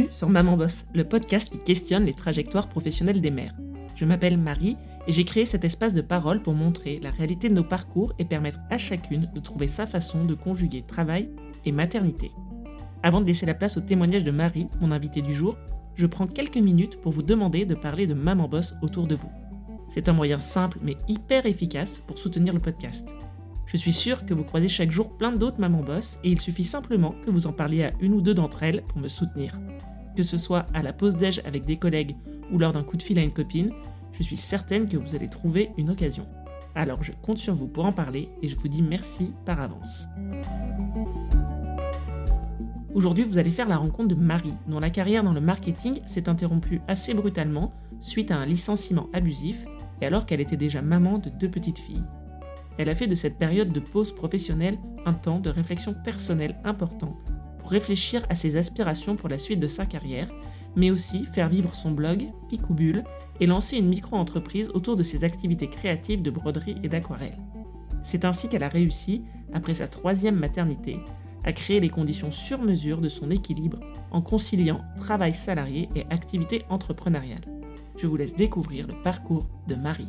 Bienvenue sur Maman Boss, le podcast qui questionne les trajectoires professionnelles des mères. Je m'appelle Marie et j'ai créé cet espace de parole pour montrer la réalité de nos parcours et permettre à chacune de trouver sa façon de conjuguer travail et maternité. Avant de laisser la place au témoignage de Marie, mon invitée du jour, je prends quelques minutes pour vous demander de parler de Maman Boss autour de vous. C'est un moyen simple mais hyper efficace pour soutenir le podcast. Je suis sûre que vous croisez chaque jour plein d'autres mamans boss et il suffit simplement que vous en parliez à une ou deux d'entre elles pour me soutenir. Que ce soit à la pause déj avec des collègues ou lors d'un coup de fil à une copine, je suis certaine que vous allez trouver une occasion. Alors je compte sur vous pour en parler et je vous dis merci par avance. Aujourd'hui, vous allez faire la rencontre de Marie, dont la carrière dans le marketing s'est interrompue assez brutalement suite à un licenciement abusif et alors qu'elle était déjà maman de 2 petites filles. Elle a fait de cette période de pause professionnelle un temps de réflexion personnelle important pour réfléchir à ses aspirations pour la suite de sa carrière, mais aussi faire vivre son blog, Picoubule, et lancer une micro-entreprise autour de ses activités créatives de broderie et d'aquarelle. C'est ainsi qu'elle a réussi, après sa 3e maternité, à créer les conditions sur mesure de son équilibre en conciliant travail salarié et activité entrepreneuriale. Je vous laisse découvrir le parcours de Marie.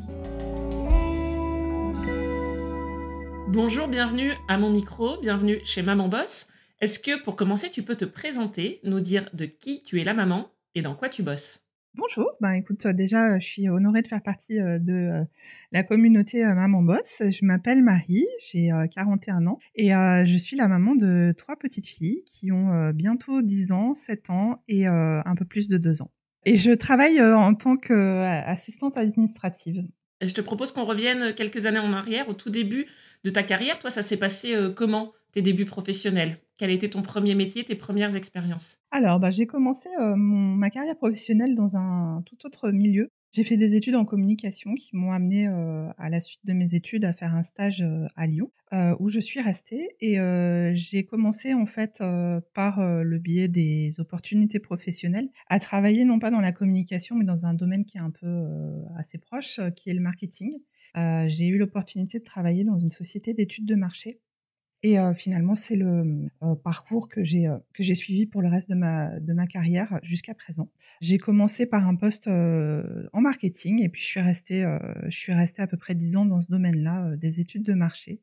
Bonjour, bienvenue à mon micro, bienvenue chez Maman Boss. Est-ce que pour commencer, tu peux te présenter, nous dire de qui tu es la maman et dans quoi tu bosses ? Bonjour, écoute, déjà, je suis honorée de faire partie de la communauté Maman Boss. Je m'appelle Marie, j'ai 41 ans et je suis la maman de 3 petites filles qui ont bientôt 10 ans, 7 ans et un peu plus de 2 ans. Et je travaille en tant qu'assistante administrative. Je te propose qu'on revienne quelques années en arrière, au tout début de ta carrière. Toi, ça s'est passé comment, tes débuts professionnels ? Quel était ton premier métier, tes premières expériences ? Alors, j'ai commencé ma carrière professionnelle dans un tout autre milieu. J'ai fait des études en communication qui m'ont amenée, à la suite de mes études, à faire un stage, à Lyon, où je suis restée et j'ai commencé en fait, par, le biais des opportunités professionnelles, à travailler non pas dans la communication, mais dans un domaine qui est un peu, assez proche, qui est le marketing. J'ai eu l'opportunité de travailler dans une société d'études de marché. Et finalement, c'est le, parcours que j'ai suivi pour le reste de ma carrière jusqu'à présent. J'ai commencé par un poste, en marketing et puis je suis restée à peu près 10 ans dans ce domaine-là, des études de marché,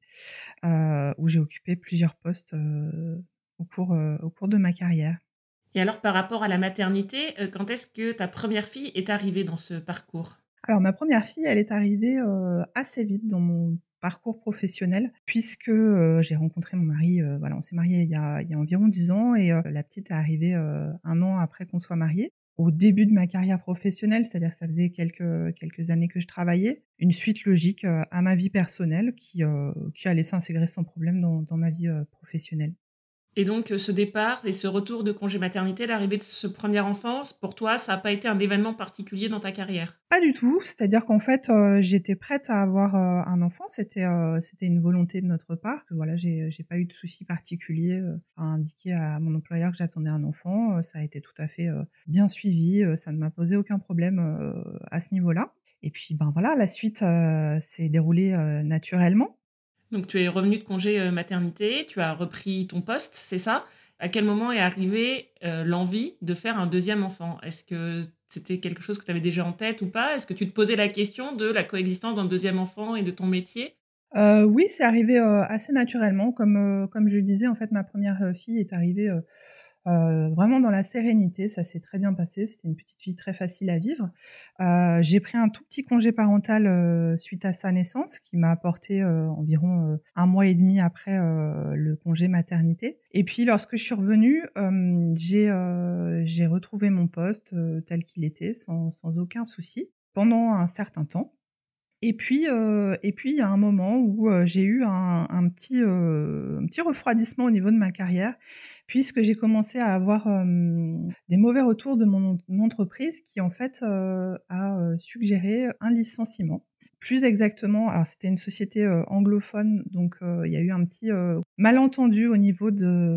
où j'ai occupé plusieurs postes, au cours de ma carrière. Et alors, par rapport à la maternité, quand est-ce que ta première fille est arrivée dans ce parcours ? Alors ma première fille, elle est arrivée, assez vite dans mon parcours professionnel puisque, j'ai rencontré mon mari, voilà, on s'est mariés il y a environ 10 ans et la petite est arrivée, 1 an après qu'on soit mariés. Au début de ma carrière professionnelle, c'est-à-dire que ça faisait quelques années que je travaillais, une suite logique, à ma vie personnelle qui allait s'intégrer sans problème dans ma vie, professionnelle. Et donc, ce départ et ce retour de congé maternité, l'arrivée de ce premier enfant, pour toi, ça n'a pas été un événement particulier dans ta carrière ? Pas du tout, c'est-à-dire qu'en fait, j'étais prête à avoir, un enfant. C'était une volonté de notre part. Voilà, j'ai pas eu de souci particulier, à indiquer à mon employeur que j'attendais un enfant. Ça a été tout à fait, bien suivi, ça ne m'a posé aucun problème, à ce niveau-là. Et puis, voilà, la suite, s'est déroulée, naturellement. Donc tu es revenue de congé maternité, tu as repris ton poste, c'est ça ? À quel moment est arrivée l'envie de faire un 2e enfant ? Est-ce que c'était quelque chose que tu avais déjà en tête ou pas ? Est-ce que tu te posais la question de la coexistence d'un 2e enfant et de ton métier ? Oui, c'est arrivé, assez naturellement. Comme je le disais, en fait, ma première fille est arrivée, vraiment dans la sérénité, ça s'est très bien passé. C'était une petite fille très facile à vivre. J'ai pris un tout petit congé parental, suite à sa naissance qui m'a apporté, environ, 1 mois et demi après, le congé maternité et puis lorsque je suis revenue, j'ai retrouvé mon poste, tel qu'il était sans aucun souci pendant un certain temps. Et puis il y a un moment où, j'ai eu un petit refroidissement au niveau de ma carrière, puisque j'ai commencé à avoir, des mauvais retours de mon entreprise qui en fait, a, suggéré un licenciement. Plus exactement, alors c'était une société, anglophone, donc il y a eu un petit, malentendu au niveau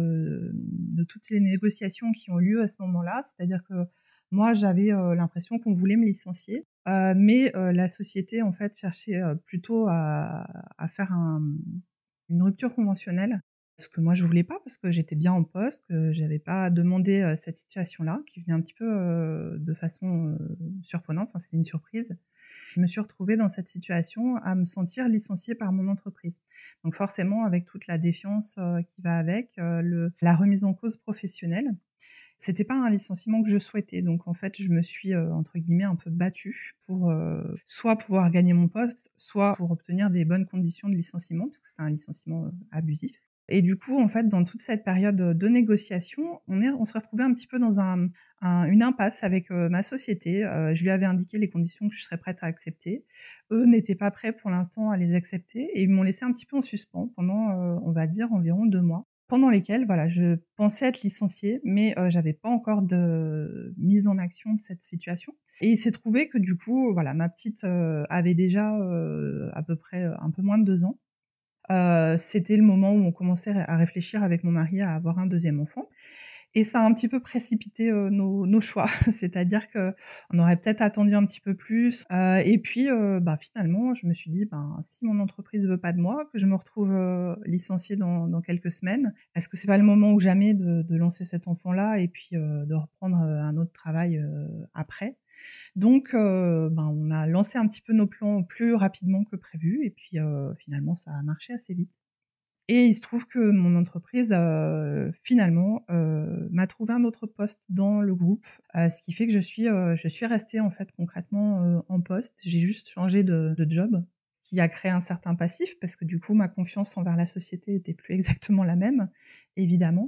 de toutes les négociations qui ont lieu à ce moment-là. C'est-à-dire que moi, j'avais, l'impression qu'on voulait me licencier, mais la société, en fait, cherchait, plutôt à faire une rupture conventionnelle Ce que moi je voulais pas parce que j'étais bien en poste, que j'avais pas demandé, cette situation-là qui venait un petit peu, de façon, surprenante, enfin c'était une surprise. Je me suis retrouvée dans cette situation à me sentir licenciée par mon entreprise. Donc forcément avec toute la défiance, qui va avec, la remise en cause professionnelle. C'était pas un licenciement que je souhaitais, donc en fait je me suis, entre guillemets «un peu battue» pour, soit pouvoir gagner mon poste, soit pour obtenir des bonnes conditions de licenciement, parce que c'était un licenciement, abusif. Et du coup, en fait, dans toute cette période, de négociation, on s'est retrouvés un petit peu dans une impasse avec, ma société. Je lui avais indiqué les conditions que je serais prête à accepter. Eux n'étaient pas prêts pour l'instant à les accepter et ils m'ont laissé un petit peu en suspens pendant, on va dire environ 2 mois. Pendant lesquels, voilà, je pensais être licenciée, mais j'avais pas encore de mise en action de cette situation. Et il s'est trouvé que du coup, voilà, ma petite, avait déjà, à peu près, un peu moins de 2 ans. C'était le moment où on commençait à réfléchir avec mon mari à avoir un deuxième enfant et ça a un petit peu précipité, nos choix. C'est-à-dire qu'on aurait peut-être attendu un petit peu plus, et puis, bah, finalement, je me suis dit: «Ben, si mon entreprise veut pas de moi, que je me retrouve, licenciée dans quelques semaines, est-ce que c'est pas le moment ou jamais de lancer cet enfant-là et puis, de reprendre, un autre travail, après?» Donc, ben, on a lancé un petit peu nos plans plus rapidement que prévu et puis, finalement, ça a marché assez vite. Et il se trouve que mon entreprise, finalement, m'a trouvé un autre poste dans le groupe, ce qui fait que je suis restée, en fait, concrètement, en poste. J'ai juste changé de job, qui a créé un certain passif parce que, du coup, ma confiance envers la société était plus exactement la même, évidemment.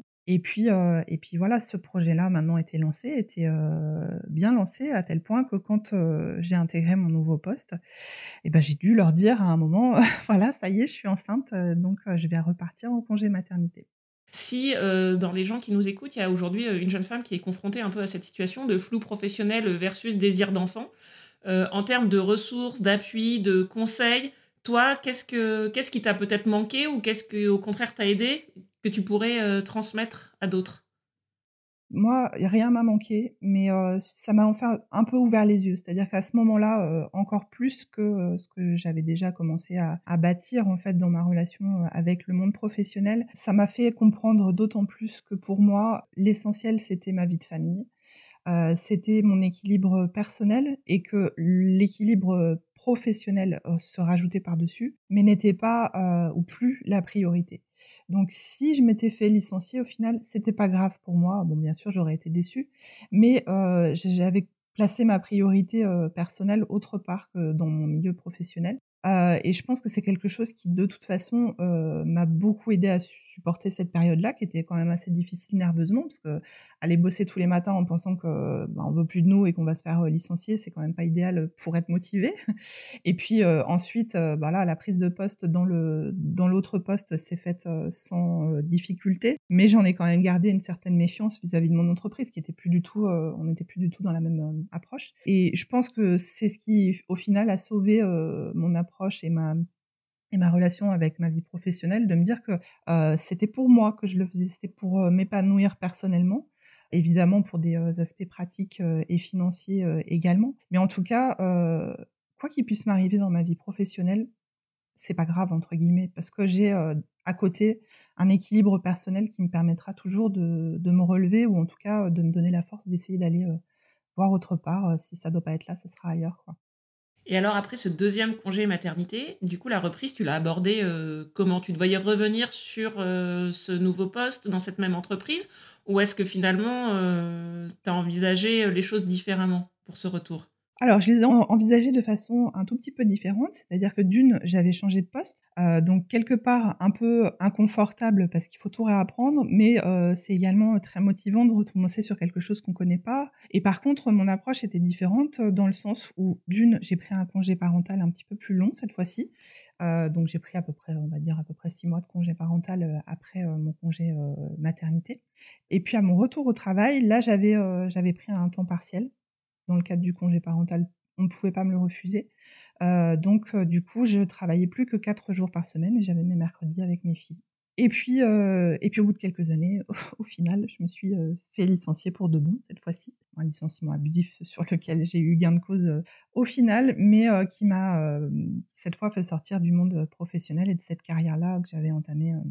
Et puis voilà, ce projet-là maintenant était, bien lancé à tel point que quand, j'ai intégré mon nouveau poste, et ben, j'ai dû leur dire à un moment: «Voilà, ça y est, je suis enceinte, donc je vais repartir en congé maternité». Si, dans les gens qui nous écoutent, il y a aujourd'hui, une jeune femme qui est confrontée un peu à cette situation de flou professionnel, versus désir d'enfant, en termes de ressources, d'appui, de conseils, toi, qu'est-ce qui t'a peut-être manqué ou qu'est-ce que, au contraire t'a aidé, que tu pourrais, transmettre à d'autres? Moi, rien m'a manqué, mais ça m'a enfin un peu ouvert les yeux. C'est-à-dire qu'à ce moment-là, encore plus que, ce que j'avais déjà commencé à bâtir, en fait, dans ma relation, avec le monde professionnel, ça m'a fait comprendre d'autant plus que pour moi, l'essentiel, c'était ma vie de famille. C'était mon équilibre personnel et que l'équilibre, professionnel, se rajoutait par-dessus, mais n'était pas, ou plus la priorité. Donc si je m'étais fait licencier au final, c'était pas grave pour moi. Bon, bien sûr, j'aurais été déçue, mais j'avais placé ma priorité, personnelle autre part que dans mon milieu professionnel. Et je pense que c'est quelque chose qui, de toute façon, m'a beaucoup aidée à supporter cette période-là, qui était quand même assez difficile nerveusement, parce que aller bosser tous les matins en pensant que, ben, on veut plus de nous et qu'on va se faire, licencier, c'est quand même pas idéal, pour être motivé. Et puis, ensuite, bah, là, la prise de poste dans l'autre poste s'est faite, sans, difficulté, mais j'en ai quand même gardé une certaine méfiance vis-à-vis de mon entreprise qui était plus du tout, on n'était plus du tout dans la même, approche. Et je pense que c'est ce qui, au final, a sauvé, mon approche et ma relation avec ma vie professionnelle, de me dire que, c'était pour moi que je le faisais, c'était pour, m'épanouir personnellement, évidemment pour des, aspects pratiques, et financiers, également. Mais en tout cas, quoi qu'il puisse m'arriver dans ma vie professionnelle, c'est pas «grave» entre guillemets parce que j'ai, à côté un équilibre personnel qui me permettra toujours de me relever ou en tout cas, de me donner la force d'essayer d'aller, voir autre part, si ça doit pas être là, ça sera ailleurs, quoi. Et alors après ce deuxième congé maternité, du coup la reprise, tu l'as abordée, comment? Tu te voyais revenir sur, ce nouveau poste dans cette même entreprise? Ou est-ce que finalement, tu as envisagé, les choses différemment pour ce retour? Alors, je les ai envisagées de façon un tout petit peu différente, c'est-à-dire que d'une, j'avais changé de poste, donc quelque part un peu inconfortable parce qu'il faut tout réapprendre, mais c'est également très motivant de recommencer sur quelque chose qu'on connaît pas. Et par contre, mon approche était différente, dans le sens où d'une, j'ai pris un congé parental un petit peu plus long cette fois-ci, donc j'ai pris à peu près, on va dire à peu près 6 mois de congé parental, après, mon congé, maternité. Et puis à mon retour au travail, là, j'avais pris un temps partiel dans le cadre du congé parental, on ne pouvait pas me le refuser. Donc du coup, je travaillais plus que 4 jours par semaine et j'avais mes mercredis avec mes filles. Et puis au bout de quelques années, au final, je me suis, fait licencier pour de bon cette fois-ci. Un licenciement abusif sur lequel j'ai eu gain de cause, au final, mais qui m'a, cette fois fait sortir du monde, professionnel et de cette carrière-là que j'avais entamée,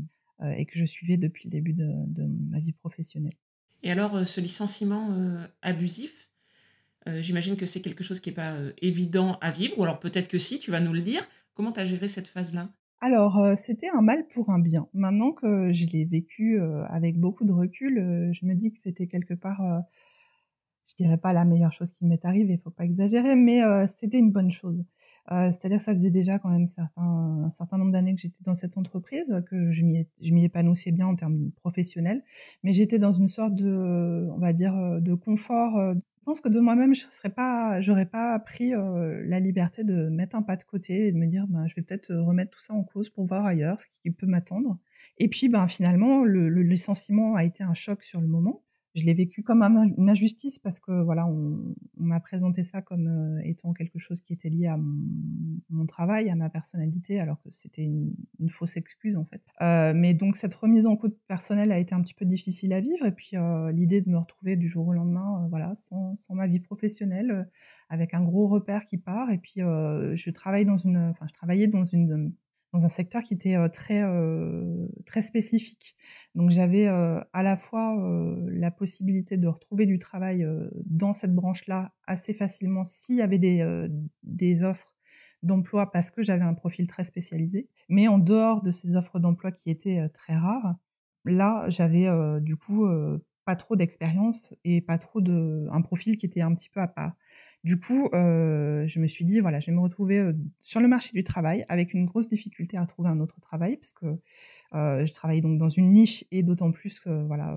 et que je suivais depuis le début de ma vie professionnelle. Et alors, ce licenciement abusif, j'imagine que c'est quelque chose qui n'est pas évident à vivre, ou alors peut-être que si, tu vas nous le dire. Comment tu as géré cette phase-là? Alors, c'était un mal pour un bien. Maintenant que je l'ai vécu, avec beaucoup de recul, je me dis que c'était quelque part, je dirais pas la meilleure chose qui m'est arrivée, il faut pas exagérer, mais c'était une bonne chose. C'est-à-dire que ça faisait déjà quand même un certain nombre d'années que j'étais dans cette entreprise, que je m'y épanouissais bien en termes professionnels, mais j'étais dans une sorte de, on va dire, de confort. Je pense que de moi-même, j'aurais pas pris, la liberté de mettre un pas de côté et de me dire: «Ben, je vais peut-être, remettre tout ça en cause pour voir ailleurs ce qui peut m'attendre». Et puis, ben, finalement, le licenciement a été un choc sur le moment. Je l'ai vécu comme une injustice parce que voilà, on m'a présenté ça comme, étant quelque chose qui était lié à mon travail, à ma personnalité, alors que c'était une fausse excuse, en fait. Mais donc cette remise en cause personnelle a été un petit peu difficile à vivre et puis, l'idée de me retrouver du jour au lendemain, voilà, sans ma vie professionnelle, avec un gros repère qui part et puis, je travaillais dans un secteur qui était, très spécifique. Donc j'avais, à la fois, la possibilité de retrouver du travail, dans cette branche-là assez facilement s'il y avait des offres d'emploi parce que j'avais un profil très spécialisé. Mais en dehors de ces offres d'emploi qui étaient, très rares, là j'avais, du coup, pas trop d'expérience et pas trop un profil qui était un petit peu à part. Du coup, je me suis dit: «Voilà, je vais me retrouver, sur le marché du travail avec une grosse difficulté à trouver un autre travail» parce que je travaille donc dans une niche et d'autant plus que voilà,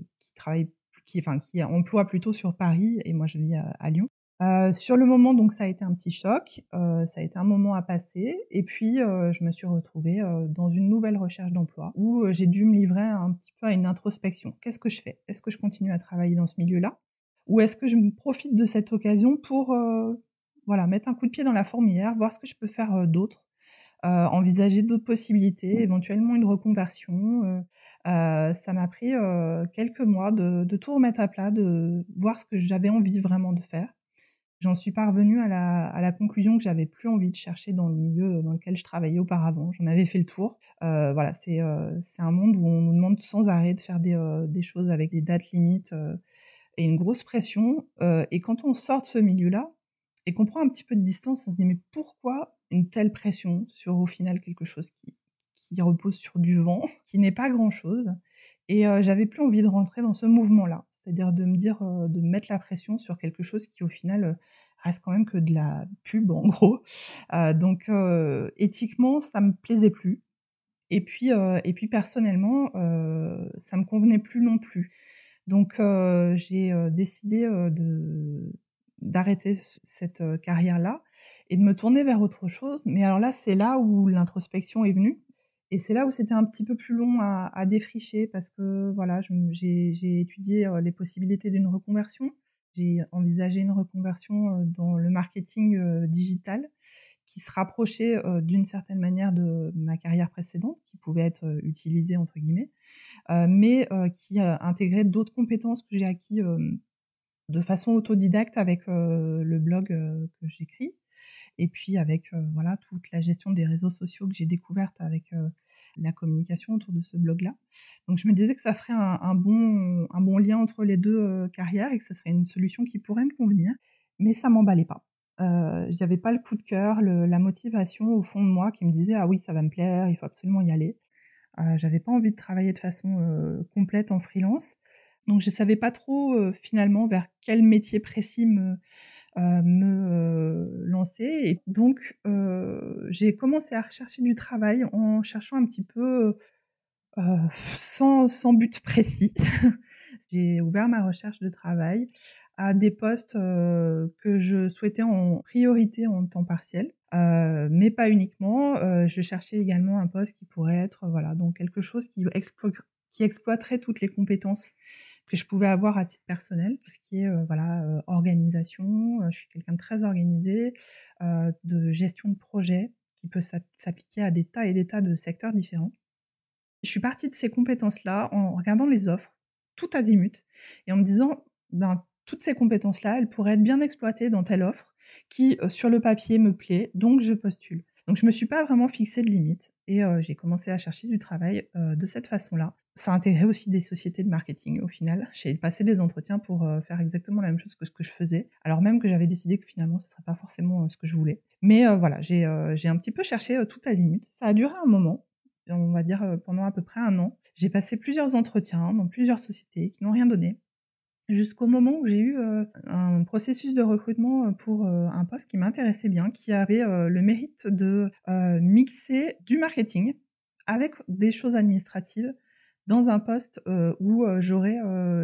qui emploie plutôt sur Paris et moi je vis à Lyon. Sur le moment donc ça a été un petit choc, ça a été un moment à passer et puis, je me suis retrouvée, dans une nouvelle recherche d'emploi où, j'ai dû me livrer un petit peu à une introspection. Qu'est-ce que je fais? Est-ce que je continue à travailler dans ce milieu-là? Ou est-ce que je me profite de cette occasion pour, voilà, mettre un coup de pied dans la fourmilière, voir ce que je peux faire, d'autre? Envisager d'autres possibilités, éventuellement une reconversion, ça m'a pris, quelques mois de tout remettre à plat, de voir ce que j'avais envie vraiment de faire. J'en suis parvenue à la conclusion que j'avais plus envie de chercher dans le milieu dans lequel je travaillais auparavant. J'en avais fait le tour. Voilà, c'est un monde où on nous demande sans arrêt de faire des choses avec des dates limites, et une grosse pression, et quand on sort de ce milieu-là et qu'on prend un petit peu de distance, on se dit: «Mais pourquoi une telle pression sur, au final, quelque chose qui repose sur du vent, qui n'est pas grand-chose?» Et j'avais plus envie de rentrer dans ce mouvement-là. C'est-à-dire de me dire, de me mettre la pression sur quelque chose qui, au final, reste quand même que de la pub, en gros. Donc éthiquement, ça me plaisait plus et puis personnellement, ça me convenait plus non plus. Donc j'ai, décidé, d'arrêter cette, carrière-là et de me tourner vers autre chose. Mais alors là, c'est là où l'introspection est venue et c'est là où c'était un petit peu plus long à défricher parce que voilà, j'ai étudié, les possibilités d'une reconversion. J'ai envisagé une reconversion, dans le marketing, digital qui se rapprochait, d'une certaine manière de ma carrière précédente, qui pouvait être, «utilisée» entre guillemets, mais qui, intégrait d'autres compétences que j'ai acquis, de façon autodidacte avec, le blog, que j'écris et puis avec, voilà, toute la gestion des réseaux sociaux que j'ai découverte avec, la communication autour de ce blog-là. Donc je me disais que ça ferait un bon lien entre les 2 carrières et que ça serait une solution qui pourrait me convenir, mais ça m'emballait pas. J'avais pas le coup de cœur, la motivation au fond de moi qui me disait: «Ah oui, ça va me plaire, il faut absolument y aller». J'avais pas envie de travailler de façon, complète en freelance, donc je savais pas trop, finalement vers quel métier précis me lancer et donc j'ai commencé à rechercher du travail en cherchant un petit peu, heu, sans but précis. J'ai ouvert ma recherche de travail à des postes, que je souhaitais en priorité en temps partiel, mais pas uniquement. Je cherchais également un poste qui pourrait être, voilà, donc quelque chose qui exploiterait toutes les compétences que je pouvais avoir à titre personnel. Tout ce qui est, voilà, organisation, je suis quelqu'un de très organisé, de gestion de projet qui peut s'appliquer à des tas et des tas de secteurs différents. Je suis partie de ces compétences-là en regardant les offres, tout azimut et en me disant: «Ben, toutes ces compétences-là, elles pourraient être bien exploitées dans telle offre qui, sur le papier me plaît, donc je postule». Donc je me suis pas vraiment fixé de limite et j'ai commencé à chercher du travail, de cette façon-là. Ça a intégré aussi des sociétés de marketing au final. J'ai passé des entretiens pour, faire exactement la même chose que ce que je faisais, alors même que j'avais décidé que finalement ce serait pas forcément, ce que je voulais. Mais voilà, j'ai un petit peu cherché, tout azimut. Ça a duré un moment, on va dire, pendant à peu près 1 an. J'ai passé plusieurs entretiens dans plusieurs sociétés qui n'ont rien donné. Jusqu'au moment où j'ai eu, un processus de recrutement, pour, un poste qui m'intéressait bien, qui avait, le mérite de, mixer du marketing avec des choses administratives dans un poste, où, j'aurais,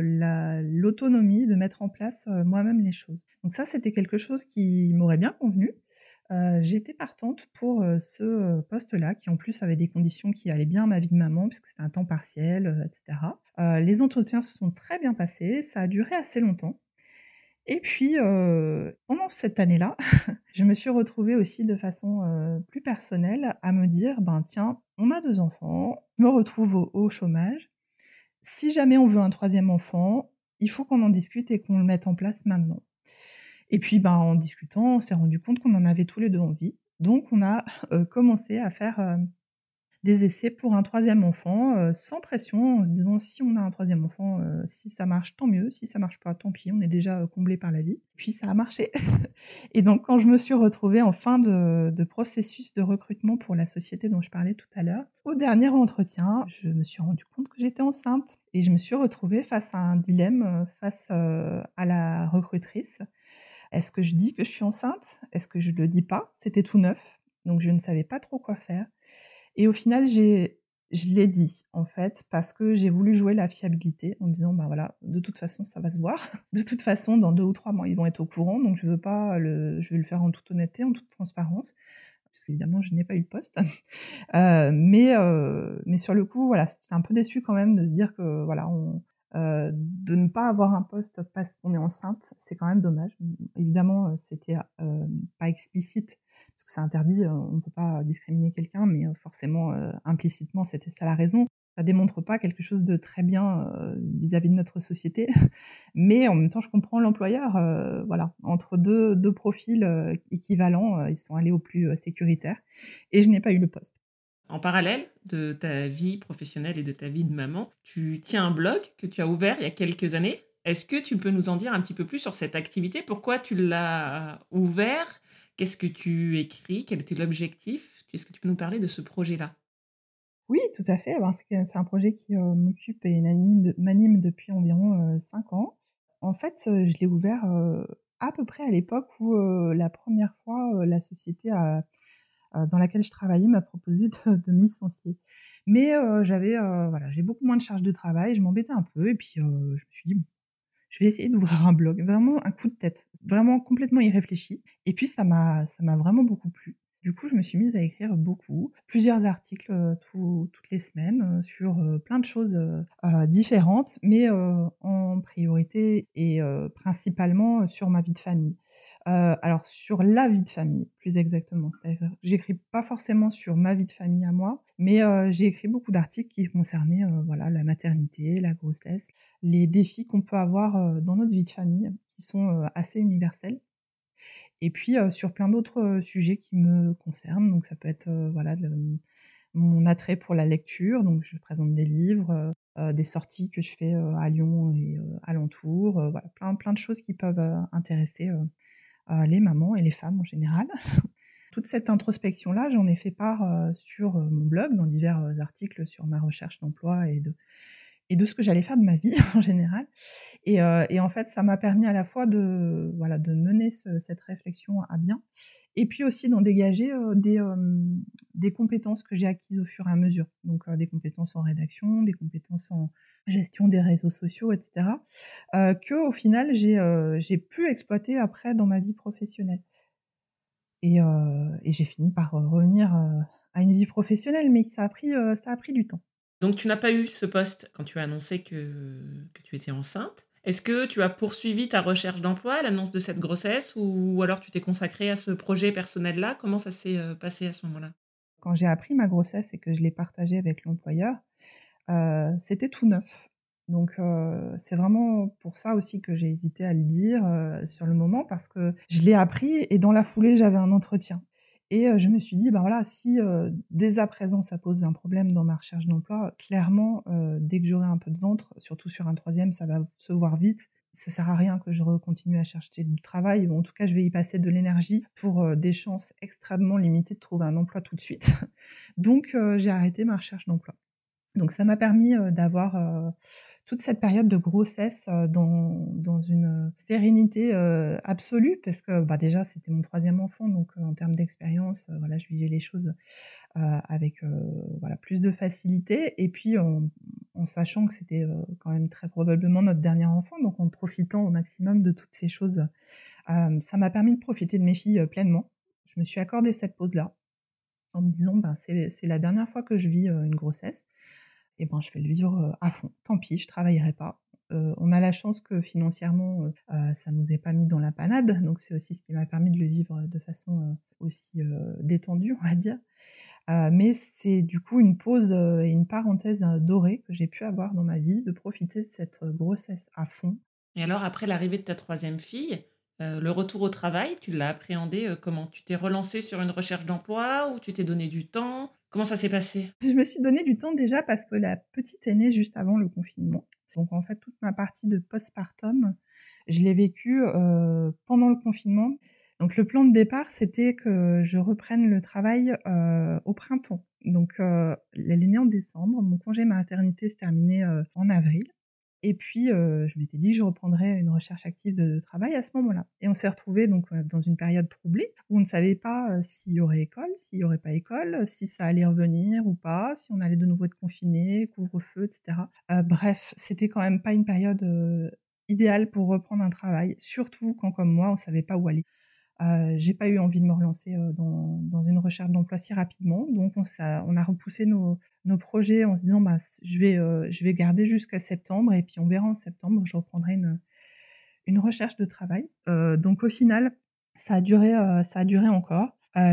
l'autonomie de mettre en place, moi-même les choses. Donc ça, c'était quelque chose qui m'aurait bien convenu. J'étais partante pour, ce, poste-là qui en plus avait des conditions qui allaient bien à ma vie de maman puisque c'était un temps partiel, et cetera. Les entretiens se sont très bien passés, ça a duré assez longtemps et puis, pendant cette année-là, je me suis retrouvée aussi de façon, plus personnelle à me dire: «Ben, tiens, on a 2 enfants, je me retrouve au chômage. Si jamais on veut un troisième enfant, il faut qu'on en discute et qu'on le mette en place maintenant». Et puis, ben, en discutant, on s'est rendu compte qu'on en avait tous les 2 envie. Donc on a, commencé à faire, des essais pour un troisième enfant, sans pression, en se disant: «Si on a un troisième enfant, si ça marche, tant mieux. Si ça marche pas, tant pis, on est déjà, comblés par la vie». Puis ça a marché. Et donc quand je me suis retrouvée en fin de processus de recrutement pour la société dont je parlais tout à l'heure, au dernier entretien, je me suis rendue compte que j'étais enceinte et je me suis retrouvée face à un dilemme, face, à la recrutrice. Est-ce que je dis que je suis enceinte? Est-ce que je le dis pas? C'était tout neuf, donc je ne savais pas trop quoi faire et au final, je l'ai dit, en fait, parce que j'ai voulu jouer la fiabilité en disant: «Bah, voilà, de toute façon, ça va se voir. De toute façon, dans 2 ou 3 mois, ils vont être au courant, donc je vais le faire en toute honnêteté, en toute transparence», parce qu'évidemment, je n'ai pas eu de poste. Mais sur le coup, voilà, j'étais un peu déçue quand même de se dire que, voilà, de ne pas avoir un poste parce qu'on est enceinte, c'est quand même dommage. Évidemment, c'était, pas explicite parce que c'est interdit, on ne peut pas discriminer quelqu'un, mais forcément, implicitement, c'était ça la raison. Ça démontre pas quelque chose de très bien, vis-à-vis de notre société, mais en même temps, je comprends l'employeur, voilà, entre deux profils, équivalents, ils sont allés au plus, sécuritaire et je n'ai pas eu le poste. En parallèle de ta vie professionnelle et de ta vie de maman, tu tiens un blog que tu as ouvert il y a quelques années. Est-ce que tu peux nous en dire un petit peu plus sur cette activité? Pourquoi tu l'as ouvert? Qu'est-ce que tu écris? Quel était l'objectif? Est-ce que tu peux nous parler de ce projet-là? Oui, tout à fait, ben, c'est un projet qui, m'occupe et m'anime depuis environ, 5 ans. En fait, je l'ai ouvert, à peu près à l'époque où, la première fois, la société dans laquelle je travaillais m'a proposé de me licencier. Mais, voilà, j'ai beaucoup moins de charge de travail, je m'embêtais un peu et puis, je me suis dit: «Bon, je vais essayer d'ouvrir un blog». Vraiment un coup de tête, vraiment complètement irréfléchi et puis ça m'a vraiment beaucoup plu. Du coup, je me suis mise à écrire beaucoup, plusieurs articles, toutes les semaines, sur, plein de choses, différentes, mais, en priorité et principalement, sur ma vie de famille. Alors sur la vie de famille, plus exactement. C'est-à-dire que j'écris pas forcément sur ma vie de famille à moi, mais, j'ai écrit beaucoup d'articles qui concernaient, voilà, la maternité, la grossesse, les défis qu'on peut avoir, dans notre vie de famille, qui sont, assez universels et puis, sur plein d'autres, sujets qui me concernent. Donc ça peut être, voilà, mon attrait pour la lecture, donc je présente des livres, des sorties que je fais, à Lyon et alentours, voilà, plein de choses qui peuvent, intéresser, les mamans et les femmes en général. Toute cette introspection-là, j'en ai fait part, sur, mon blog, dans divers, articles sur ma recherche d'emploi et de ce que j'allais faire de ma vie en général et en fait, ça m'a permis à la fois de, voilà, de mener cette réflexion à bien et puis aussi d'en dégager, des compétences que j'ai acquises au fur et à mesure. Donc, des compétences en rédaction, des compétences en gestion des réseaux sociaux et cetera, qu'au final j'ai pu exploiter après dans ma vie professionnelle et j'ai fini par, revenir, à une vie professionnelle, mais ça a pris du temps. Donc tu n'as pas eu ce poste quand tu as annoncé que tu étais enceinte. Est-ce que tu as poursuivi ta recherche d'emploi à l'annonce de cette grossesse ou alors tu t'es consacrée à ce projet personnel-là? Comment ça s'est, passé à ce moment-là? Quand j'ai appris ma grossesse et que je l'ai partagée avec l'employeur, c'était tout neuf. Donc, c'est vraiment pour ça aussi que j'ai hésité à le dire, sur le moment parce que je l'ai appris et dans la foulée, j'avais un entretien Et je me suis dit: «Ben, voilà, si, dès à présent ça pose un problème dans ma recherche d'emploi, clairement, dès que j'aurai un peu de ventre, surtout sur un troisième, ça va se voir vite. Ça sert à rien que je recontinue à chercher du travail ou en tout cas, je vais y passer de l'énergie pour, des chances extrêmement limitées de trouver un emploi tout de suite». Donc j'ai arrêté ma recherche d'emploi. Donc ça m'a permis, d'avoir, toute cette période de grossesse, dans une, sérénité, absolue parce que, bah, déjà c'était mon troisième enfant donc en termes d'expérience, voilà, je vivais les choses, avec, voilà, plus de facilité et puis en sachant que c'était, quand même très probablement notre dernier enfant, donc en profitant au maximum de toutes ces choses. Ça m'a permis de profiter de mes filles, pleinement. Je me suis accordé cette pause-là en me disant: «Ben, c'est la dernière fois que je vis, une grossesse et ben, je vais le vivre, à fond. Tant pis, je travaillerai pas». On a la chance que financièrement, ça nous ait pas mis dans la panade, donc c'est aussi ce qui m'a permis de le vivre, de façon, aussi, détendue, on va dire. Mais c'est du coup une pause, et une parenthèse, dorée que j'ai pu avoir dans ma vie, de profiter de cette, grossesse à fond. Et alors après l'arrivée de ta troisième fille, le retour au travail, tu l'as appréhendé, comment? Tu t'es relancée sur une recherche d'emploi ou tu t'es donné du temps? Comment ça s'est passé? Je me suis donné du temps déjà parce que la petite est née juste avant le confinement. Donc en fait, toute ma partie de postpartum, je l'ai vécue, pendant le confinement. Donc le plan de départ, c'était que je reprenne le travail, au printemps. Donc elle est née en décembre, mon congé maternité se terminait, en avril. Et puis, je m'étais dit que je reprendrais une recherche active de travail à ce moment-là. Et on s'est retrouvés donc, dans une période troublée où on ne savait pas, s'il y aurait école, s'il y aurait pas école, si ça allait revenir ou pas, si on allait de nouveau être confinés, couvre-feu et cetera. Bref, c'était quand même pas une période, idéale pour reprendre un travail, surtout quand, comme moi, on savait pas où aller. J'ai pas eu envie de me relancer, dans une recherche d'emploi si rapidement, donc on a repoussé nos projets en se disant: «Bah, je vais garder jusqu'à septembre et puis on verra en septembre, je reprendrai une recherche de travail». Donc au final, ça a duré encore,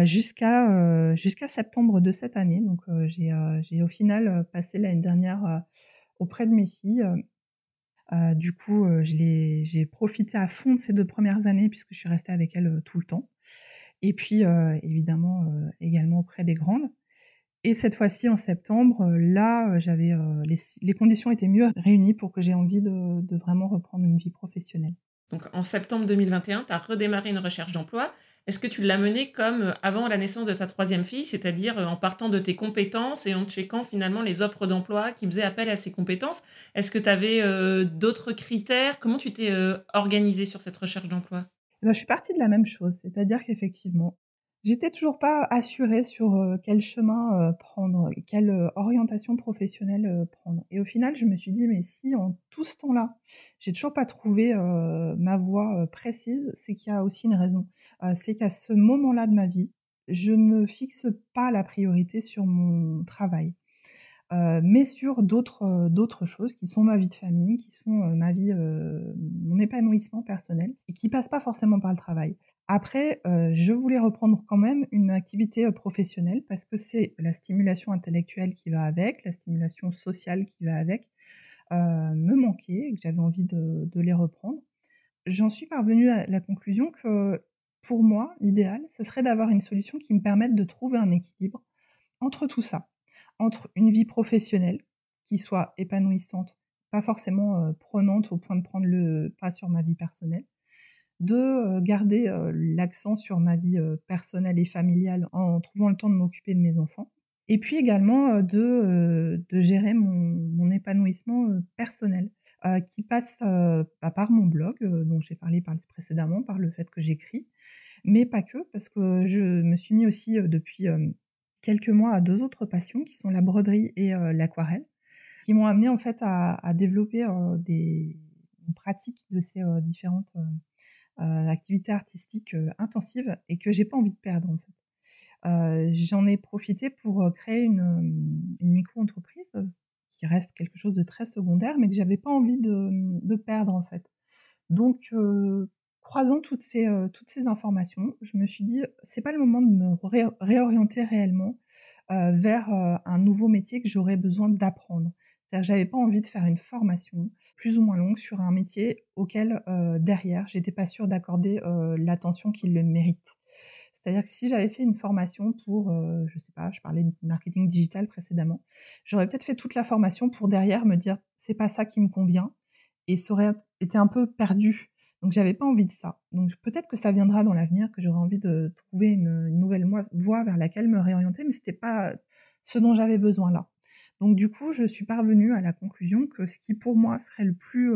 jusqu'à septembre de cette année. Donc j'ai au final, passé l'année dernière, auprès de mes filles. Du coup, j'ai profité à fond de ces 2 premières années puisque je suis restée avec elles, tout le temps et puis, évidemment, également auprès des grandes et cette fois-ci en septembre, là, j'avais, les conditions étaient mieux réunies pour que j'ai envie de vraiment reprendre une vie professionnelle. Donc en septembre 2021, tu as redémarré une recherche d'emploi. Est-ce que tu l'as menée comme, avant la naissance de ta troisième fille, c'est-à-dire, en partant de tes compétences et en checkant finalement les offres d'emploi qui faisaient appel à ces compétences? Est-ce que tu avais, d'autres critères? Comment tu t'es, organisée sur cette recherche d'emploi? Bah, je suis partie de la même chose, c'est-à-dire qu'effectivement, j'étais toujours pas assurée sur, quel chemin, prendre, quelle, orientation professionnelle, prendre et au final, je me suis dit: «Mais si en tout ce temps-là, j'ai toujours pas trouvé, ma voie, précise, c'est qu'il y a aussi une raison». C'est qu'à ce moment-là de ma vie, je ne fixe pas la priorité sur mon travail. Mais sur d'autres choses qui sont ma vie de famille, qui sont, ma vie, mon épanouissement personnel et qui passent pas forcément par le travail. Après, je voulais reprendre quand même une activité, professionnelle parce que c'est la stimulation intellectuelle qui va avec, la stimulation sociale qui va avec, me manquait et que j'avais envie de les reprendre. J'en suis parvenue à la conclusion que, pour moi, l'idéal, ce serait d'avoir une solution qui me permette de trouver un équilibre entre tout ça, entre une vie professionnelle qui soit épanouissante, pas forcément, prenante au point de prendre le pas sur ma vie personnelle, de, garder, l'accent sur ma vie, personnelle et familiale en trouvant le temps de m'occuper de mes enfants et puis également, de gérer mon épanouissement, personnel, qui passe, bah, par mon blog, dont j'ai parlé précédemment, par le fait que j'écris, mais pas que, parce que je me suis mis aussi, depuis, quelques mois à 2 autres passions qui sont la broderie et l'aquarelle, qui m'ont amenée en fait à développer, une pratique de ces, différentes, activités artistiques, intensives et que j'ai pas envie de perdre en fait. J'en ai profité pour, créer une micro-entreprise, qui reste quelque chose de très secondaire, mais que j'avais pas envie de perdre en fait. Donc croisant toutes ces informations, je me suis dit: «C'est pas le moment de me réorienter réellement, vers, un nouveau métier que j'aurais besoin d'apprendre». C'est-à-dire que j'avais pas envie de faire une formation plus ou moins longue sur un métier auquel, derrière, j'étais pas sûre d'accorder, l'attention qu'il le mérite. C'est-à-dire que si j'avais fait une formation pour, je sais pas, je parlais de marketing digital précédemment, j'aurais peut-être fait toute la formation pour derrière me dire: «C'est pas ça qui me convient» et ça aurait été un peu perdu. Donc j'avais pas envie de ça. Donc peut-être que ça viendra dans l'avenir, que j'aurai envie de trouver une nouvelle voie vers laquelle me réorienter, mais c'était pas ce dont j'avais besoin là. Donc du coup, je suis parvenue à la conclusion que ce qui pour moi serait le plus,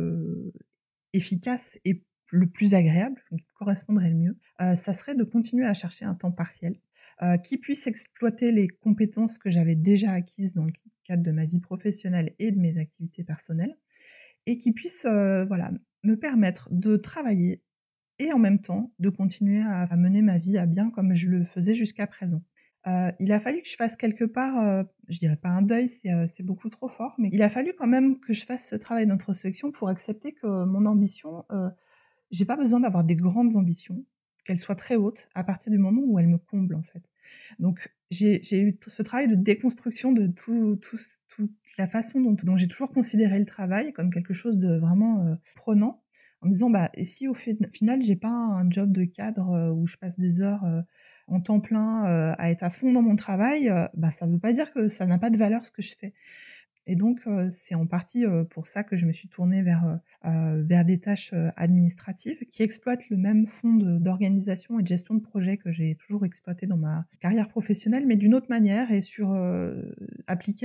efficace et le plus agréable, qui correspondrait le mieux, ça serait de continuer à chercher un temps partiel, qui puisse exploiter les compétences que j'avais déjà acquises dans le cadre de ma vie professionnelle et de mes activités personnelles et qui puisse, voilà, me permettre de travailler et en même temps de continuer à mener ma vie à bien comme je le faisais jusqu'à présent. Il a fallu que je fasse quelque part, je dirais pas un deuil, c'est beaucoup trop fort, mais il a fallu quand même que je fasse ce travail d'introspection pour accepter que mon ambition, j'ai pas besoin d'avoir des grandes ambitions, qu'elles soient très hautes, à partir du moment où elles me comblent, en fait. Donc j'ai eu ce travail de déconstruction de toute la façon dont j'ai toujours considéré le travail comme quelque chose de vraiment, prenant, en me disant: «Bah, et si au final j'ai pas un job de cadre, où je passe des heures, en temps plein, à être à fond dans mon travail, bah, ça veut pas dire que ça n'a pas de valeur ce que je fais». Et donc, c'est en partie, pour ça que je me suis tournée vers des tâches, administratives qui exploitent le même fond d'organisation et de gestion de projet que j'ai toujours exploité dans ma carrière professionnelle, mais d'une autre manière et appliqué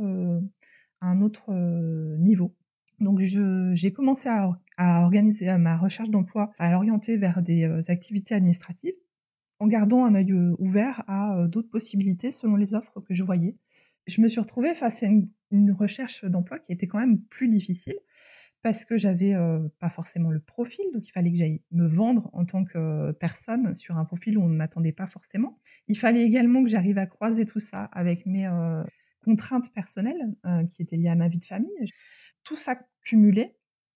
à un autre, niveau. Donc j'ai commencé à organiser, ma recherche d'emploi, à l'orienter vers des, activités administratives, en gardant un œil, ouvert à, d'autres possibilités selon les offres que je voyais. Je me suis retrouvée face à une recherche d'emploi qui était quand même plus difficile parce que j'avais, pas forcément le profil, donc il fallait que j'aille me vendre en tant que personne sur un profil où on ne m'attendait pas forcément. Il fallait également que j'arrive à croiser tout ça avec mes, contraintes personnelles, qui étaient liées à ma vie de famille. Tout ça cumulé,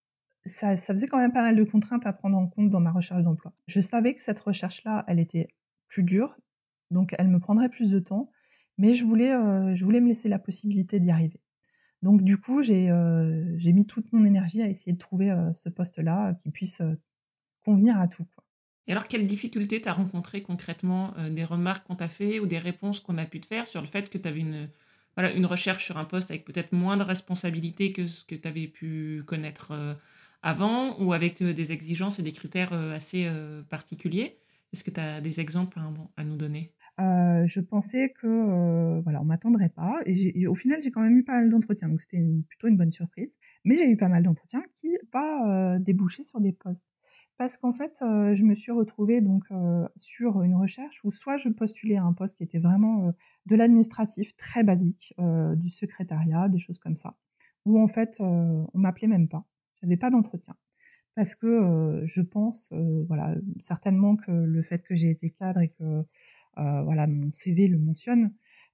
ça faisait quand même pas mal de contraintes à prendre en compte dans ma recherche d'emploi. Je savais que cette recherche-là, elle était plus dure, donc elle me prendrait plus de temps, mais je voulais me laisser la possibilité d'y arriver. Donc du coup, j'ai mis toute mon énergie à essayer de trouver, ce poste-là, qui puisse, convenir à tout, quoi. Et alors, quelles difficultés tu as rencontrées concrètement? Des remarques qu'on t'a fait ou des réponses qu'on a pu te faire sur le fait que tu avais voilà, une recherche sur un poste avec peut-être moins de responsabilités que ce que tu avais pu connaître, avant ou avec, des exigences et des critères, assez, particuliers? Est-ce que tu as des exemples à nous donner? Je pensais que, voilà, on m'attendrait pas et au final, j'ai quand même eu pas mal d'entretiens, donc c'était plutôt une bonne surprise. Mais j'ai eu pas mal d'entretiens qui pas, débouché sur des postes. Parce qu'en fait, je me suis retrouvée donc, sur une recherche où soit je postulais à un poste qui était vraiment, de l'administratif très basique, du secrétariat, des choses comme ça, où en fait, on m'appelait même pas. J'avais pas d'entretien. Parce que, je pense, voilà, certainement que le fait que j'ai été cadre et que, voilà, mon CV le mentionne,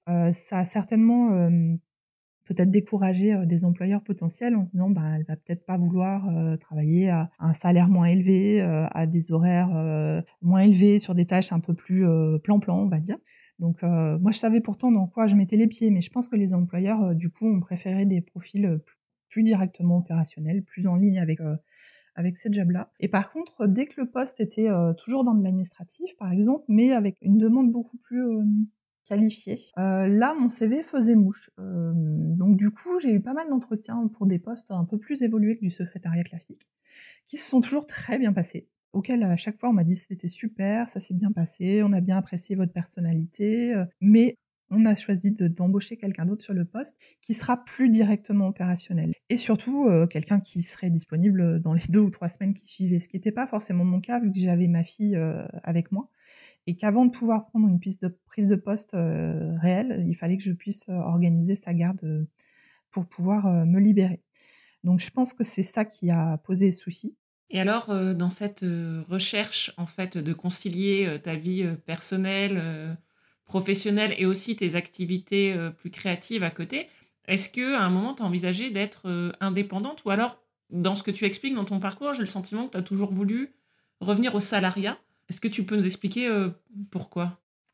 ça a certainement, peut-être découragé, des employeurs potentiels en se disant: «Bah, elle va peut-être pas vouloir, travailler à un salaire moins élevé, à des horaires, moins élevés, sur des tâches un peu plus, plan-plan», on va dire. Donc, moi je savais pourtant dans quoi je mettais les pieds, mais je pense que les employeurs, du coup, ont préféré des profils, plus directement opérationnels, plus en ligne avec ces jobs-là. Et par contre, dès que le poste était, toujours dans de l'administratif, par exemple, mais avec une demande beaucoup plus, qualifiée, là, mon CV faisait mouche. Donc du coup, j'ai eu pas mal d'entretiens pour des postes un peu plus évolués que du secrétariat classique, qui se sont toujours très bien passés, auxquels à chaque fois on m'a dit: «C'était super, ça s'est bien passé, on a bien apprécié votre personnalité, mais on a choisi d'embaucher quelqu'un d'autre sur le poste qui sera plus directement opérationnel et surtout, quelqu'un qui serait disponible, dans les 2 ou 3 semaines qui suivaient». Ce qui était pas forcément mon cas vu que j'avais ma fille, avec moi et qu'avant de pouvoir prendre une prise de poste, réelle, il fallait que je puisse, organiser sa garde, pour pouvoir, me libérer. Donc je pense que c'est ça qui a posé souci. Et alors, dans cette, recherche, en fait, de concilier, ta vie, personnelle, professionnelle et aussi tes activités, plus créatives à côté, est-ce qu'à un moment, tu as envisagé d'être, indépendante? Ou alors, dans ce que tu expliques dans ton parcours, j'ai le sentiment que tu as toujours voulu revenir au salariat. Est-ce que tu peux nous expliquer, pourquoi?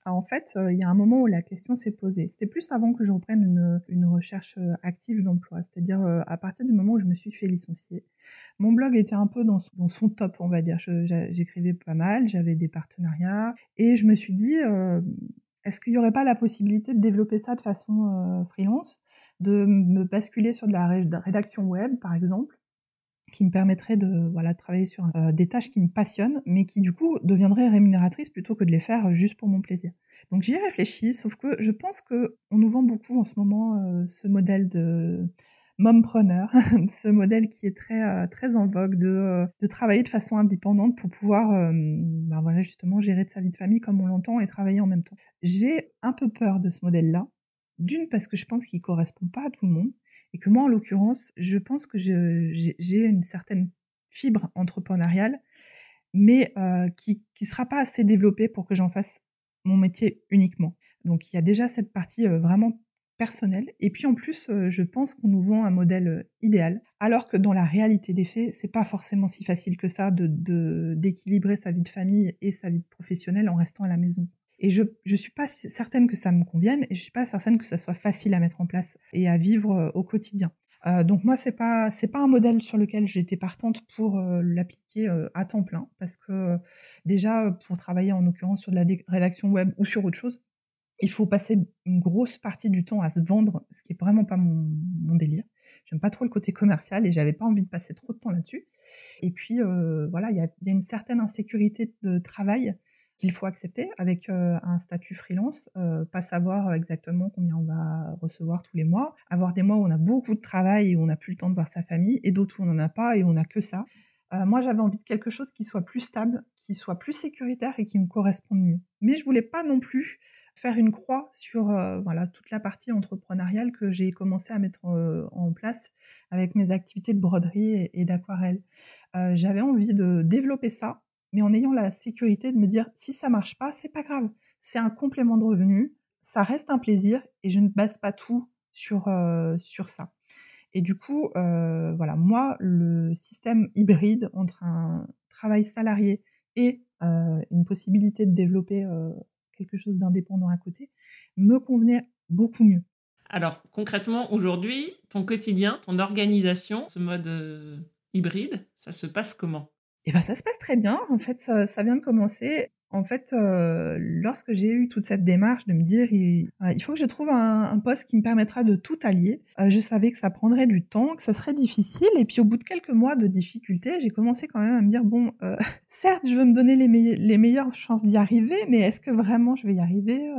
En fait, il y a un moment où la question s'est posée. C'était plus avant que je reprenne une recherche, active d'emploi. C'est-à-dire, à partir du moment où je me suis fait licencier. Mon blog était un peu dans son top, on va dire. J'écrivais pas mal, j'avais des partenariats et je me suis dit, «Est-ce qu'il y aurait pas la possibilité de développer ça de façon, freelance?» De me basculer sur de la rédaction web, par exemple, qui me permettrait de, voilà, de travailler sur, des tâches qui me passionnent, mais qui du coup deviendraient rémunératrices plutôt que de les faire, juste pour mon plaisir. Donc j'y ai réfléchi, sauf que je pense qu'on nous vend beaucoup en ce moment, ce modèle de mompreneur, ce modèle qui est très en vogue de travailler de façon indépendante pour pouvoir, voilà, justement gérer de sa vie de famille comme on l'entend et travailler en même temps. J'ai un peu peur de ce modèle-là. D'une, parce que je pense qu'il correspond pas à tout le monde et que moi, en l'occurrence, je pense que j'ai une certaine fibre entrepreneuriale, mais qui sera pas assez développée pour que j'en fasse mon métier uniquement. Donc il y a déjà cette partie, vraiment personnelle et puis en plus, je pense qu'on nous vend un modèle, idéal, alors que dans la réalité des faits, c'est pas forcément si facile que ça d'équilibrer sa vie de famille et sa vie professionnelle en restant à la maison. Et je suis pas certaine que ça me convienne et je suis pas certaine que ça soit facile à mettre en place et à vivre, au quotidien. Donc moi, c'est pas un modèle sur lequel j'étais partante pour, l'appliquer, à temps plein parce que, déjà, pour travailler en l'occurrence sur de la rédaction web ou sur autre chose, il faut passer une grosse partie du temps à se vendre, ce qui est vraiment pas mon délire. J'aime pas trop le côté commercial et j'avais pas envie de passer trop de temps là-dessus. Et puis, voilà, il y a une certaine insécurité de travail qu'il faut accepter avec, un statut freelance, pas savoir exactement combien on va recevoir tous les mois, avoir des mois où on a beaucoup de travail et où on n'a plus le temps de voir sa famille et d'autres où on n'en a pas et on n'a que ça. Moi, j'avais envie de quelque chose qui soit plus stable, qui soit plus sécuritaire et qui me corresponde mieux. Mais je voulais pas non plus faire une croix sur, voilà, toute la partie entrepreneuriale que j'ai commencé à mettre, en place avec mes activités de broderie et d'aquarelle. J'avais envie de développer ça, mais en ayant la sécurité de me dire: «Si ça marche pas, c'est pas grave, c'est un complément de revenu, ça reste un plaisir et je ne base pas tout sur ça». Et du coup, voilà, moi, le système hybride entre un travail salarié et une possibilité de développer, quelque chose d'indépendant à côté, me convenait beaucoup mieux. Alors, concrètement, aujourd'hui, ton quotidien, ton organisation, ce mode, hybride, ça se passe comment? Et ben, ça se passe très bien. En fait, ça vient de commencer. En fait, lorsque j'ai eu toute cette démarche de me dire: «Il faut que je trouve un poste qui me permettra de tout allier», je savais que ça prendrait du temps, que ça serait difficile et puis au bout de quelques mois de difficultés, j'ai commencé quand même à me dire: «Bon, certes, je veux me donner les meilleures chances d'y arriver, mais est-ce que vraiment je vais y arriver?»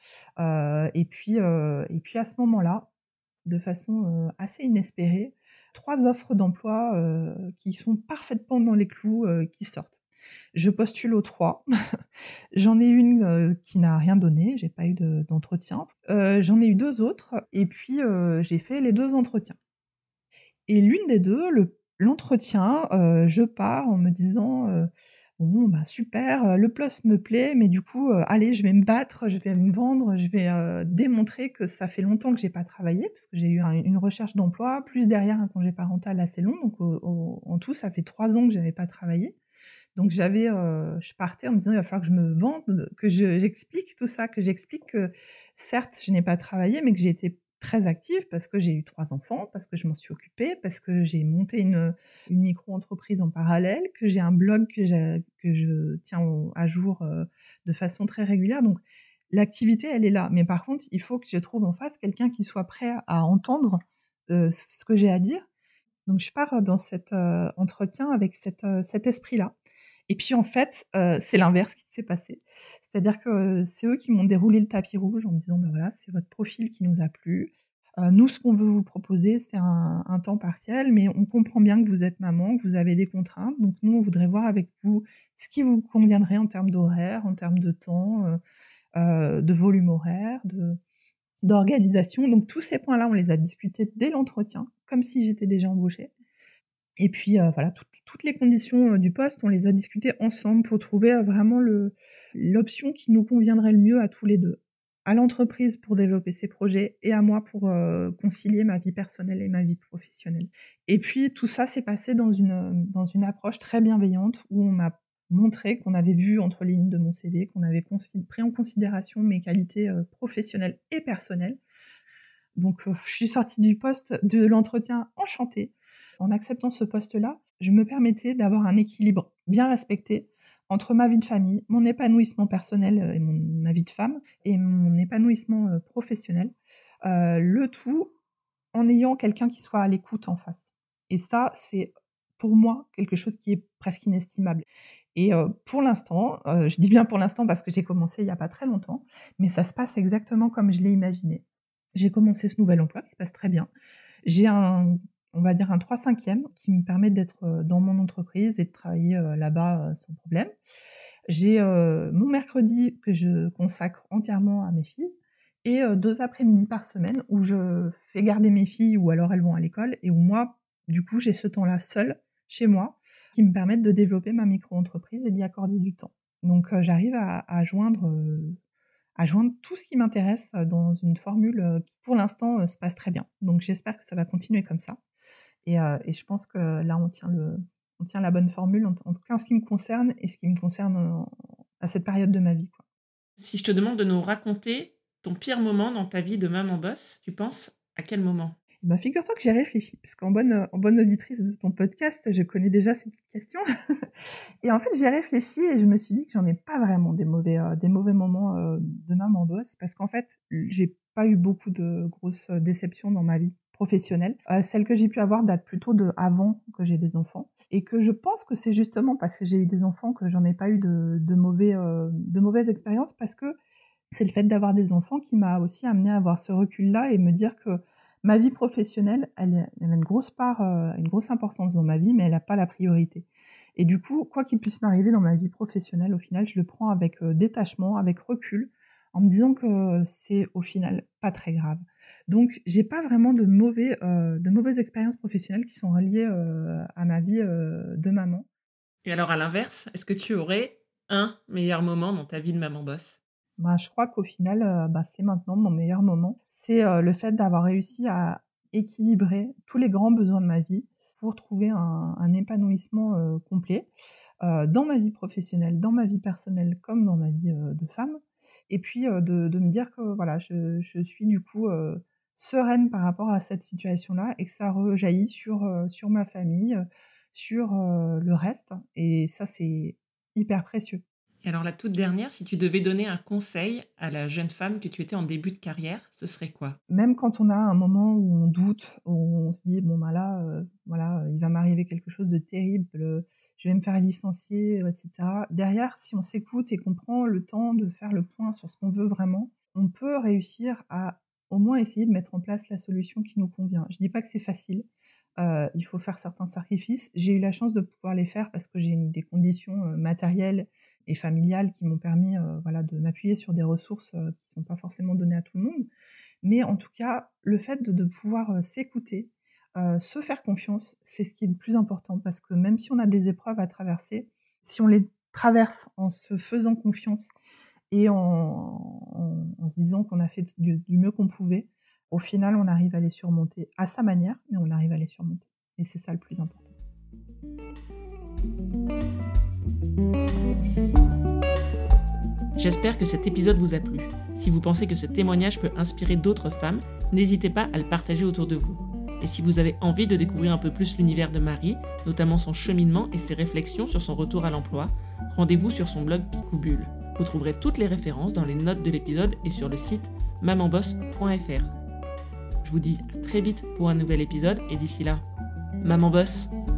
Et puis à ce moment-là, de façon, assez inespérée, 3 offres d'emploi, qui sont parfaitement dans les clous, qui sortent. Je postule aux 3. J'en ai une, qui n'a rien donné, j'ai pas eu d'entretien. J'en ai eu 2 autres et puis, j'ai fait les 2 entretiens et l'une des 2, l'entretien, je pars en me disant, «Bon, bah, super, le poste me plaît, mais du coup, allez, je vais me battre, je vais me vendre, je vais, démontrer que ça fait longtemps que j'ai pas travaillé», parce que j'ai eu une recherche d'emploi, plus derrière un congé parental assez long, donc en tout, ça fait 3 ans que j'avais pas travaillé. Donc je partais en me disant: «Il va falloir que je me vende, que j'explique tout ça, que j'explique que certes, je n'ai pas travaillé, mais que j'ai été très active parce que j'ai eu 3 enfants, parce que je m'en suis occupée, parce que j'ai monté une micro-entreprise en parallèle, que j'ai un blog que je tiens à jour, de façon très régulière». Donc l'activité, elle est là. Mais par contre, il faut que je trouve en face quelqu'un qui soit prêt à entendre, ce que j'ai à dire. Donc je pars dans cet, entretien avec cet esprit-là. Et puis en fait, c'est l'inverse qui s'est passé. C'est-à-dire que, c'est eux qui m'ont déroulé le tapis rouge en me disant: «Bah, voilà, c'est votre profil qui nous a plu. Nous, ce qu'on veut vous proposer, c'est un temps partiel, mais on comprend bien que vous êtes maman, que vous avez des contraintes. Donc nous, on voudrait voir avec vous ce qui vous conviendrait en termes d'horaire, en termes de temps, de volume horaire, d'organisation». Donc tous ces points-là, on les a discutés dès l'entretien, comme si j'étais déjà embauchée. Et puis, voilà, toutes les conditions, du poste, on les a discutées ensemble pour trouver, vraiment l'option qui nous conviendrait le mieux à tous les 2. À l'entreprise pour développer ses projets et à moi pour, concilier ma vie personnelle et ma vie professionnelle. Et puis tout ça s'est passé dans une approche très bienveillante où on m'a montrer qu'on avait vu entre les lignes de mon CV, qu'on avait pris en considération mes qualités professionnelles et personnelles. Donc, je suis sortie de l'entretien enchantée. En acceptant ce poste-là, je me permettais d'avoir un équilibre bien respecté entre ma vie de famille, mon épanouissement personnel et ma vie de femme, et mon épanouissement professionnel. Le tout en ayant quelqu'un qui soit à l'écoute en face. Et ça, c'est pour moi quelque chose qui est presque inestimable. Et pour l'instant, je dis bien pour l'instant parce que j'ai commencé il n'y a pas très longtemps, mais ça se passe exactement comme je l'ai imaginé. J'ai commencé ce nouvel emploi qui se passe très bien. J'ai on va dire un 3/5e qui me permet d'être dans mon entreprise et de travailler là-bas sans problème. J'ai mon mercredi que je consacre entièrement à mes filles et 2 après-midi par semaine où je fais garder mes filles ou alors elles vont à l'école et où moi, du coup, j'ai ce temps-là seul chez moi qui me permettent de développer ma micro-entreprise et d'y accorder du temps. Donc j'arrive à joindre tout ce qui m'intéresse dans une formule qui, pour l'instant, se passe très bien. Donc j'espère que ça va continuer comme ça et je pense que là, on tient la bonne formule, en tout cas en ce qui me concerne et ce qui me concerne à cette période de ma vie, quoi. Si je te demande de nous raconter ton pire moment dans ta vie de maman boss, tu penses à quel moment? Bah, figure-toi que j'ai réfléchi, parce qu'en bonne auditrice de ton podcast, je connais déjà ces petites questions. Et en fait, j'ai réfléchi et je me suis dit que j'en ai pas vraiment des mauvais moments de maman boss, parce qu'en fait, j'ai pas eu beaucoup de grosses déceptions dans ma vie professionnelle. Celle que j'ai pu avoir date plutôt de avant que j'ai des enfants, et que je pense que c'est justement parce que j'ai eu des enfants que j'en ai pas eu de mauvaises expériences, parce que c'est le fait d'avoir des enfants qui m'a aussi amené à avoir ce recul-là et me dire que ma vie professionnelle, elle a une grosse part, une grosse importance dans ma vie, mais elle n'a pas la priorité. Et du coup, quoi qu'il puisse m'arriver dans ma vie professionnelle, au final, je le prends avec détachement, avec recul, en me disant que c'est au final pas très grave. Donc, j'ai pas vraiment de mauvaises expériences professionnelles qui sont reliées à ma vie de maman. Et alors à l'inverse, est-ce que tu aurais un meilleur moment dans ta vie de maman boss? Bah, je crois qu'au final, c'est maintenant mon meilleur moment. C'est le fait d'avoir réussi à équilibrer tous les grands besoins de ma vie pour trouver un épanouissement complet dans ma vie professionnelle, dans ma vie personnelle, comme dans ma vie de femme. Et puis de me dire que voilà, je suis du coup sereine par rapport à cette situation-là et que ça rejaillit sur ma famille, sur le reste. Et ça, c'est hyper précieux. Et alors la toute dernière, si tu devais donner un conseil à la jeune femme que tu étais en début de carrière, ce serait quoi? Même quand on a un moment où on doute, où on se dit: «Bon, bah, là, voilà, il va m'arriver quelque chose de terrible, je vais me faire licencier, et cetera». Derrière, si on s'écoute et qu'on prend le temps de faire le point sur ce qu'on veut vraiment, on peut réussir à, au moins, essayer de mettre en place la solution qui nous convient. Je dis pas que c'est facile, il faut faire certains sacrifices. J'ai eu la chance de pouvoir les faire parce que j'ai des conditions, matérielles et familiales qui m'ont permis, voilà, de m'appuyer sur des ressources, qui sont pas forcément données à tout le monde. Mais en tout cas, le fait de pouvoir, s'écouter, se faire confiance, c'est ce qui est le plus important parce que même si on a des épreuves à traverser, si on les traverse en se faisant confiance et en se disant qu'on a fait du mieux qu'on pouvait, au final, on arrive à les surmonter à sa manière, mais on arrive à les surmonter et c'est ça le plus important. J'espère que cet épisode vous a plu. Si vous pensez que ce témoignage peut inspirer d'autres femmes, n'hésitez pas à le partager autour de vous. Et si vous avez envie de découvrir un peu plus l'univers de Marie, notamment son cheminement et ses réflexions sur son retour à l'emploi, rendez-vous sur son blog Picoubule. Vous trouverez toutes les références dans les notes de l'épisode et sur le site mamanboss.fr. Je vous dis à très vite pour un nouvel épisode et d'ici là, Maman Boss!